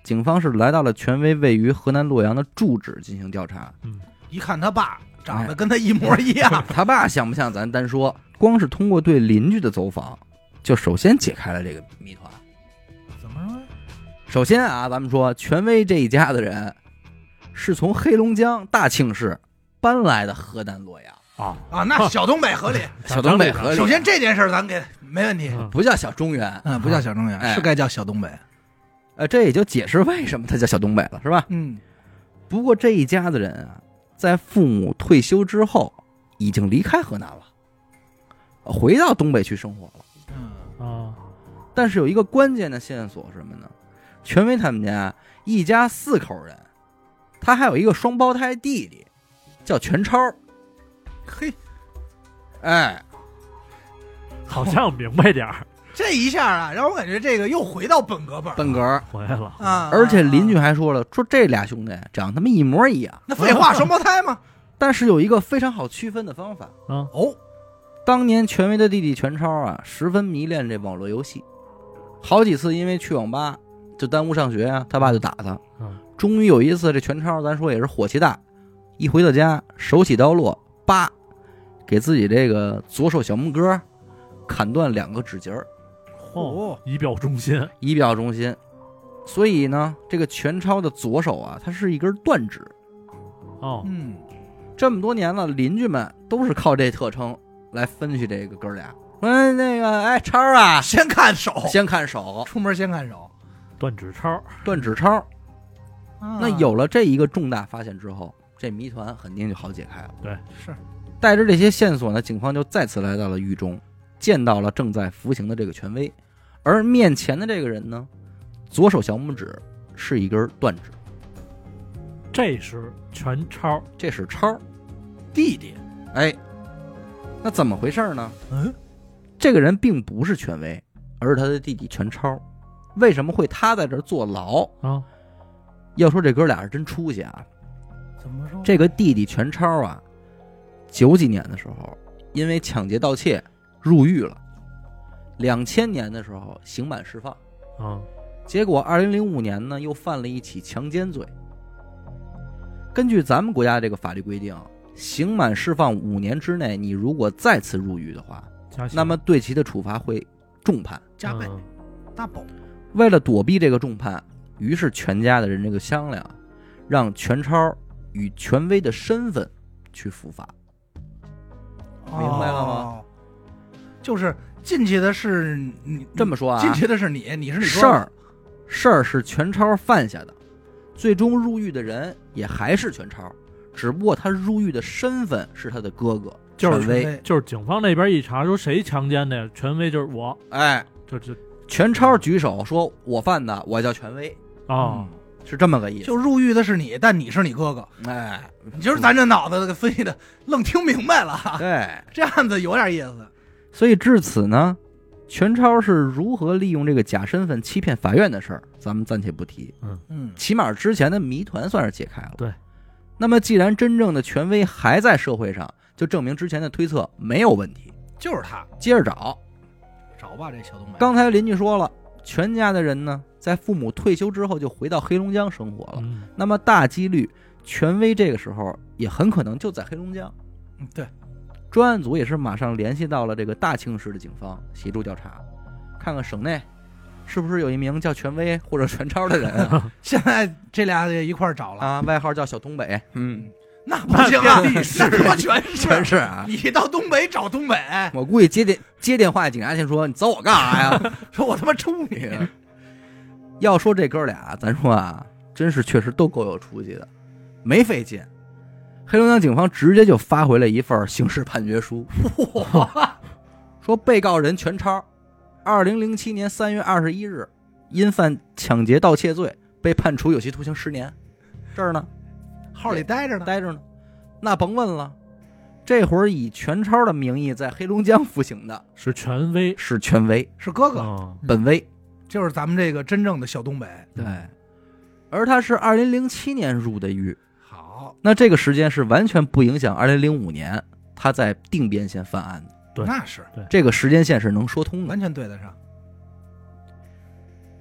警方是来到了权威位于河南洛阳的住址进行调查。 嗯， 一看他爸长得跟他一模一样， 他爸像不像咱单说，光是通过对邻居的走访，就首先解开了这个谜团。 怎么说？ 首先啊，咱们说权威这一家的人是从黑龙江大庆市搬来的河南洛阳啊啊，那小东北合理， 小东北合理。 首先这件事儿咱给没问题， 不叫小中原， 嗯，不叫小中原， 哎是该叫小东北。 呃，这也就解释为什么他叫小东北了，是吧？ 嗯。 不过这一家子人啊，在父母退休之后，已经离开河南了，回到东北去生活了。 嗯啊， 但是有一个关键的线索是什么呢？权威他们家一家四口人，他还有一个双胞胎弟弟，叫全超。 嘿， 哎， 好像明白点儿， 这一下啊，让我感觉这个又回到本格本本格回来了啊！ 而且邻居还说了，说这俩兄弟长他妈一模一样。 那废话，双胞胎吗？ 但是有一个非常好区分的方法。 啊哦， 当年权威的弟弟全超啊，十分迷恋这网络游戏，好几次因为去网吧就耽误上学啊，他爸就打他。 嗯， 终于有一次，这全超咱说也是火气大，一回到家手起刀落，叭，给自己这个左手小拇哥砍断两个指节儿， 哦，以表忠心， 以表忠心。所以呢，这个全超的左手啊，它是一根断指。 哦， 嗯， 这么多年了，邻居们都是靠这特称来分析这个哥俩。说那个，哎，超啊， 先看手， 先看手， 出门先看手， 断指超， 断指超。 啊那有了这一个重大发现之后，这谜团肯定就好解开了。 对， 是带着这些线索呢，警方就再次来到了狱中，见到了正在服刑的这个权威，而面前的这个人呢，左手小拇指是一根断指， 这是全超， 这是超弟弟。 哎，那怎么回事呢？ 嗯， 这个人并不是权威，而是他的弟弟全超。为什么会他在这儿坐牢啊？ 要说这哥俩是真出息啊！ 怎么说？ 这个弟弟全超啊，九几年的时候因为抢劫盗窃入狱了，两千年的时候刑满释放， 啊， 结果二零零五年呢又犯了一起强奸罪。根据咱们国家这个法律规定，刑满释放五年之内，你如果再次入狱的话，那么对其的处罚会重判， 加倍嗯 ，double。 为了躲避这个重判，于是全家的人这个商量，让全超以权威的身份去伏法。明白了吗？ 哦就是进去的是你， 这么说啊， 进去的是你，你是你事儿，事儿是全超犯下的，最终入狱的人也还是全超，只不过他入狱的身份是他的哥哥就是权威。 就是警方那边一查说谁强奸的呀，权威就是我， 哎， 就就全超举手说我犯的，我叫权威， 啊， 是这么个意思。 就入狱的是你，但你是你哥哥。 哎， 你就是咱这脑子给分析的，愣听明白了， 对， 这样子有点意思。 所以至此呢，全超是如何利用这个假身份欺骗法院的事儿，咱们暂且不提。 嗯， 起码之前的谜团算是解开了。 对。 那么既然真正的权威还在社会上，就证明之前的推测没有问题。 就是他， 接着找， 找吧，这小东北。 刚才邻居说了，全家的人呢，在父母退休之后就回到黑龙江生活了。 嗯， 那么大几率，权威这个时候也很可能就在黑龙江。 嗯，对。 专案组也是马上联系到了这个大庆市的警方，协助调查，看看省内是不是有一名叫权威或者全超的人啊， 现在这俩也一块儿找了， 啊外号叫小东北。嗯， 那不行啊， 那那他妈全是全是啊。 你到东北找东北， 我估计接电接电话，警察先说你找我干啥呀？ 说我他妈抽你。 要说这哥俩，咱说啊，真是确实都够有出息的，没费劲。黑龙江警方直接就发回了一份刑事判决书，说被告人全超，二零零七年三月二十一日，因犯抢劫盗窃罪被判处有期徒刑十年。这儿呢， 号里待着呢， 待着呢。那甭问了，这会儿以全超的名义在黑龙江服刑的是权威， 是权威， 是哥哥， 啊， 本威。 就是咱们这个真正的小东北。 对，而他是二零零七年入的狱。 好， 那这个时间是完全不影响二零零五年他在定边县犯案的， 对那是对， 这个时间线是能说通的。 完全对得上。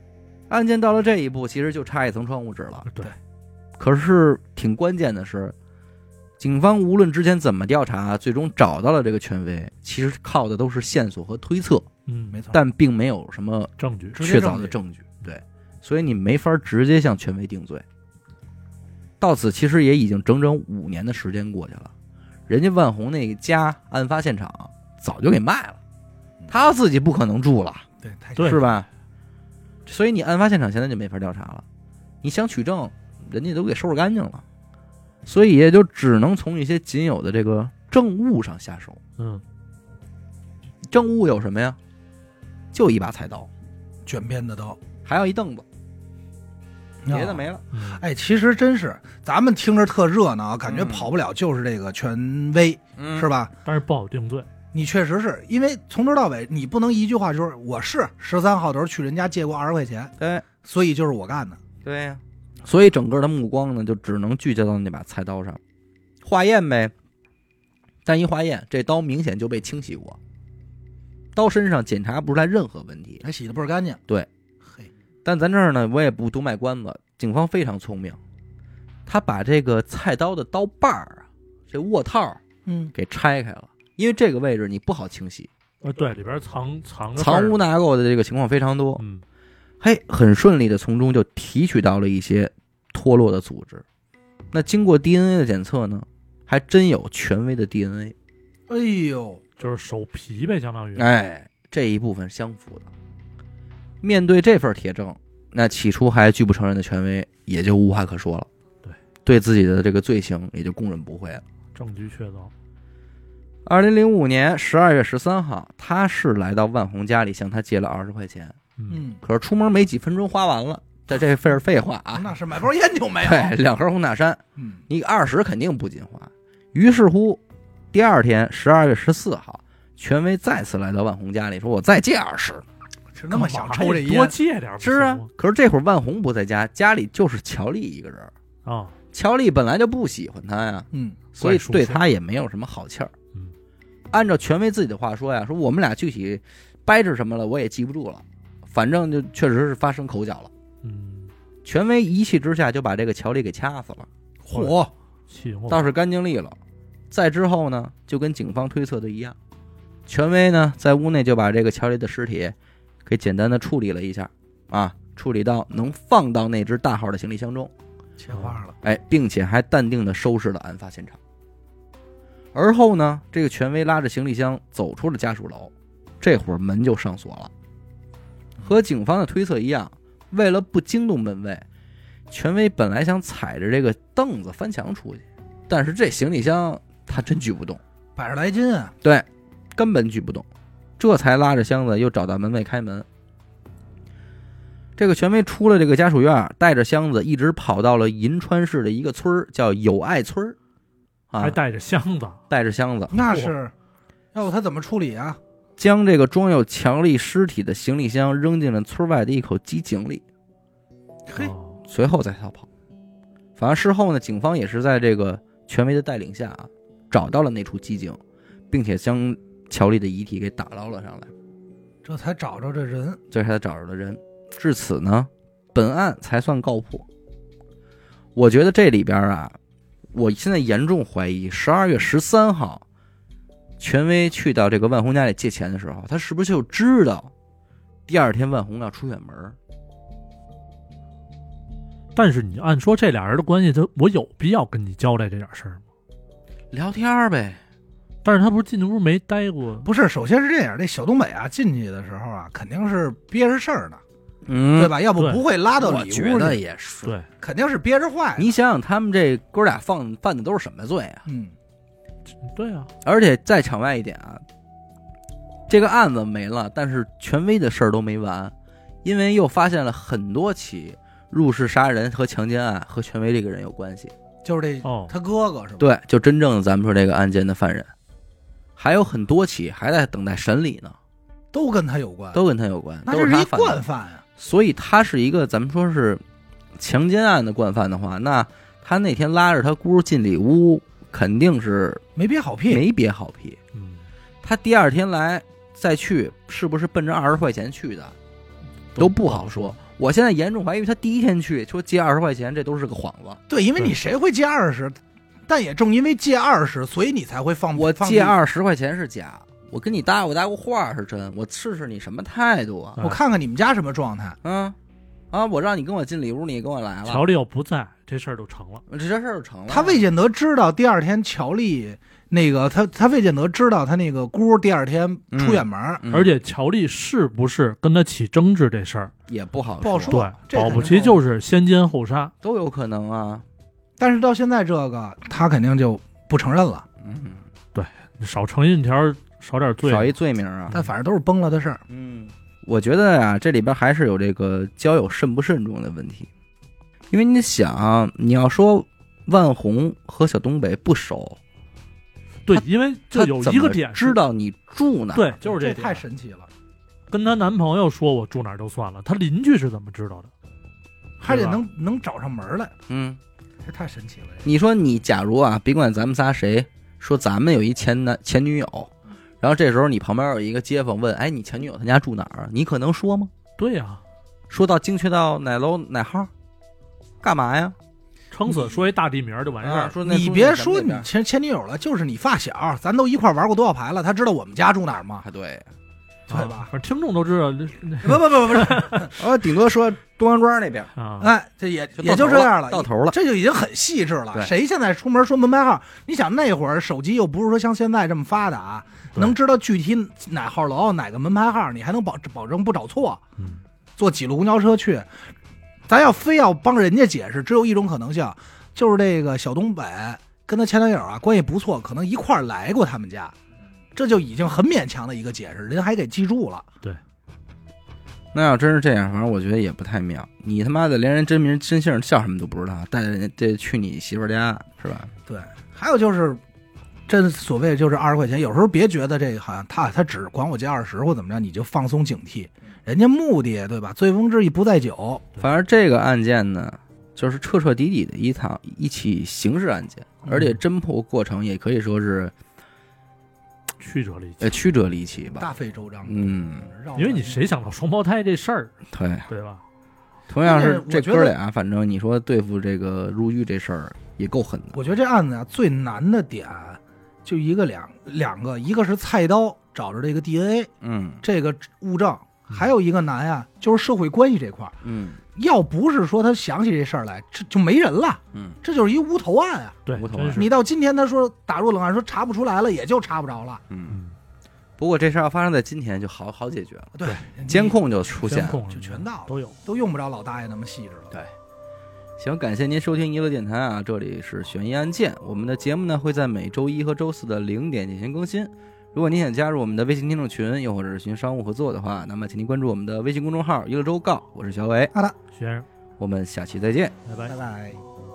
案件到了这一步，其实就差一层窗户纸了。 对， 可是挺关键的是，警方无论之前怎么调查，最终找到了这个权威，其实靠的都是线索和推测， 嗯， 没错。 但并没有什么证据确凿的证据。对，所以你没法直接向权威定罪。到此其实也已经整整五年的时间过去了，人家万红那家案发现场早就给卖了，他自己不可能住了， 对，太对是吧？所以你案发现场现在就没法调查了，你想取证，人家都给收拾干净了，所以也就只能从一些仅有的这个证物上下手。 嗯， 证物有什么呀？就一把菜刀， 卷边的刀， 还有一凳子，别的没了。 嗯哎，其实真是咱们听着特热闹，感觉嗯跑不了就是这个权威， 嗯是吧？ 但是不好定罪。 你确实是因为从头到尾，你不能一句话就是我是十三号的时候去人家借过二十块钱， 对所以就是我干的。 对呀、所以整个的目光呢，就只能聚焦到那把菜刀上，化验呗。但一化验，这刀明显就被清洗过，刀身上检查不出来任何问题。 还洗的倍儿干净。 对， 嘿， 但咱这儿呢，我也不多卖关子，警方非常聪明，他把这个菜刀的刀把儿啊，这握套嗯， 给拆开了，因为这个位置你不好清洗， 呃，对，里边藏藏着藏污事儿。 纳垢的这个情况非常多。 嗯， 嘿，很顺利的从中就提取到了一些脱落的组织。那经过 D N A 的检测呢，还真有权威的 D N A。 哎呦， 就是手皮呗，相当于。 哎，这一部分相符的。面对这份铁证，那起初还拒不承认的权威也就无话可说了。 对， 对自己的这个罪行也就供认不讳了。 证据确凿。 二零零五年十二月十三号，他是来到万红家里向他借了二十块钱， 嗯， 嗯， 可是出门没几分钟花完了。这这份废话啊， 那是买包烟就没有。 对，两盒红塔山， 嗯， 你二十肯定不禁花。于是乎，第二天十二月十四号，权威再次来到万红家里，说：“我再借二十。 是那么想抽这多烟？ 借点” 是啊，可是这会儿万红不在家，家里就是乔丽一个人。 啊， 乔丽本来就不喜欢他呀， 嗯， 所以怪叔叔对他也没有什么好气儿。 嗯， 按照权威自己的话说呀，说我们俩具体掰扯什么了，我也记不住了，反正就确实是发生口角了。 嗯， 权威一气之下就把这个乔丽给掐死了， 嚯， 气我倒是干净利落。再之后呢，就跟警方推测的一样，权威呢在屋内就把这个乔丽的尸体给简单的处理了一下，啊，处理到能放到那只大号的行李箱中， 切花了。 哎，并且还淡定的收拾了案发现场。而后呢，这个权威拉着行李箱走出了家属楼，这会儿门就上锁了。和警方的推测一样，为了不惊动门卫，权威本来想踩着这个凳子翻墙出去，但是这行李箱他真举不动， 百十来斤啊！ 对，根本举不动，这才拉着箱子又找到门卫开门。这个权威出了这个家属院，带着箱子一直跑到了银川市的一个村儿，叫友爱村儿，啊， 还带着箱子。 带着箱子， 那是，要不他怎么处理啊？ 将这个装有乔丽尸体的行李箱扔进了村外的一口机井里， 嘿， 哦随后再逃跑。反正事后呢，警方也是在这个权威的带领下啊，找到了那处机井，并且将乔丽的遗体给打捞了上来， 这才找着这人。 这才找着了人。至此呢，本案才算告破。我觉得这里边啊，我现在严重怀疑，十二月十三号，权威去到这个万红家里借钱的时候，他是不是就知道第二天万红要出远门？ 但是你按说这俩人的关系，他我有必要跟你交代这点事儿吗？ 聊天呗。 但是他不是进屋没待过？ 不是，首先是这样，这小东北啊进去的时候啊，肯定是憋着事儿呢， 嗯， 对吧？要不对不会拉到我里觉得屋去， 也是。 对， 肯定是憋着坏的。 你想想，他们这哥俩犯犯的都是什么罪啊？ 嗯， 对啊， 而且再场外一点啊，这个案子没了，但是权威的事儿都没完，因为又发现了很多起入室杀人和强奸案和权威这个人有关系。 就是这哦， 他哥哥是吧？ 对，就真正的咱们说这个案件的犯人，还有很多起还在等待审理呢， 都跟他有关， 都跟他有关， 那这是一都是他犯的惯犯啊。 所以他是一个咱们说是强奸案的惯犯的话，那他那天拉着他姑进里屋，肯定是没憋好屁。 没憋好屁。 嗯， 他第二天来再去，是不是奔着二十块钱去的？ 都不好说。我现在严重怀疑他第一天去说借二十块钱，这都是个幌子。 对，因为你谁会借二十？但也正因为借二十，所以你才会放。 我借二十块钱是假，我跟你搭我搭过话是真，我试试你什么态度啊？ 我看看你们家什么状态。 嗯啊，我让你跟我进里屋，你跟我来了。 乔丽要不在，这事儿就成了。 这这事儿就成了。 他未见得知道第二天乔丽那个他他未见得知道他那个姑第二天出远门， 嗯嗯、 而且乔丽是不是跟他起争执这事儿也不好不好说。 对，保不齐就是先奸后杀， 都有可能啊。 但是到现在这个他肯定就不承认了。 嗯， 对，少承认条，少点罪， 少一罪名啊。 但反正都是崩了的事儿。 嗯，我觉得啊，这里边还是有这个交友慎不慎重的问题。因为你想，你要说万红和小东北不熟。 对，因为就有一个点知道你住哪， 对，就是这点，这太神奇了。 跟她男朋友说我住哪儿就算了，她邻居是怎么知道的？ 还得能能找上门来。 嗯， 这太神奇了。 你说你假如啊，别管咱们仨谁说咱们有一前男前女友，然后这时候你旁边有一个街坊问，哎，你前女友她家住哪儿啊？你可能说吗？ 对呀、啊， 说到精确到哪楼哪号，干嘛呀？ 撑死说一大地名就完事儿、啊。 说你别说你前前女友了，就是你发小，咱都一块玩过多少牌了，他知道我们家住哪儿吗？ 对， 对吧？反正听众都知道。 不不不不是， 我顶多说东阳庄那边啊， 哎，这也就也就这样了， 到头了， 这就已经很细致了。谁现在出门说门牌号？你想那会儿手机又不是说像现在这么发达，能知道具体哪号楼哪个门牌号，你还能保保证不找错。 嗯， 坐几路公交车去。咱要非要帮人家解释，只有一种可能性，就是这个小东北跟他前男友啊关系不错，可能一块儿来过他们家，这就已经很勉强的一个解释，人还给记住了。 对， 那要真是这样，反正我觉得也不太妙。你他妈的连人真名真姓叫什么都不知道，带着人这去你媳妇家是吧？ 对，还有就是，这所谓就是二十块钱，有时候别觉得这个好像他他只管我借二十或怎么着，你就放松警惕。人家目的对吧？醉翁之意不在酒。 反正这个案件呢，就是彻彻底底的一场一起刑事案件，而且侦破过程也可以说是曲折离奇， 呃，曲折离奇吧， 大费周章。 嗯， 因为你谁想到双胞胎这事儿， 对对吧？ 同样是这哥俩，反正你说对付这个入狱这事儿也够狠的。 我觉得这案子啊最难的点就一个两两个，一个是菜刀找着这个 D N A， 嗯， 这个物证。还有一个难呀，就是社会关系这块。 嗯， 要不是说他想起这事儿来，这就没人了。 嗯， 这就是一无头案啊。 对， 无头案。 你到今天他说打入冷案，说查不出来了，也就查不着了。 嗯，不过这事儿要发生在今天就好好解决了。 对， 监控就出现了， 就全到了， 都有， 都用不着老大爷那么细致了。 对，行，感谢您收听娱乐电台啊，这里是悬疑案件，我们的节目呢会在每周一和周四的零点进行更新。如果您想加入我们的微信听众群，又或者是寻商务合作的话，那么请您关注我们的微信公众号“娱乐周告”，我是小伟。 好的， 学生， 我们下期再见， 拜拜， 拜拜。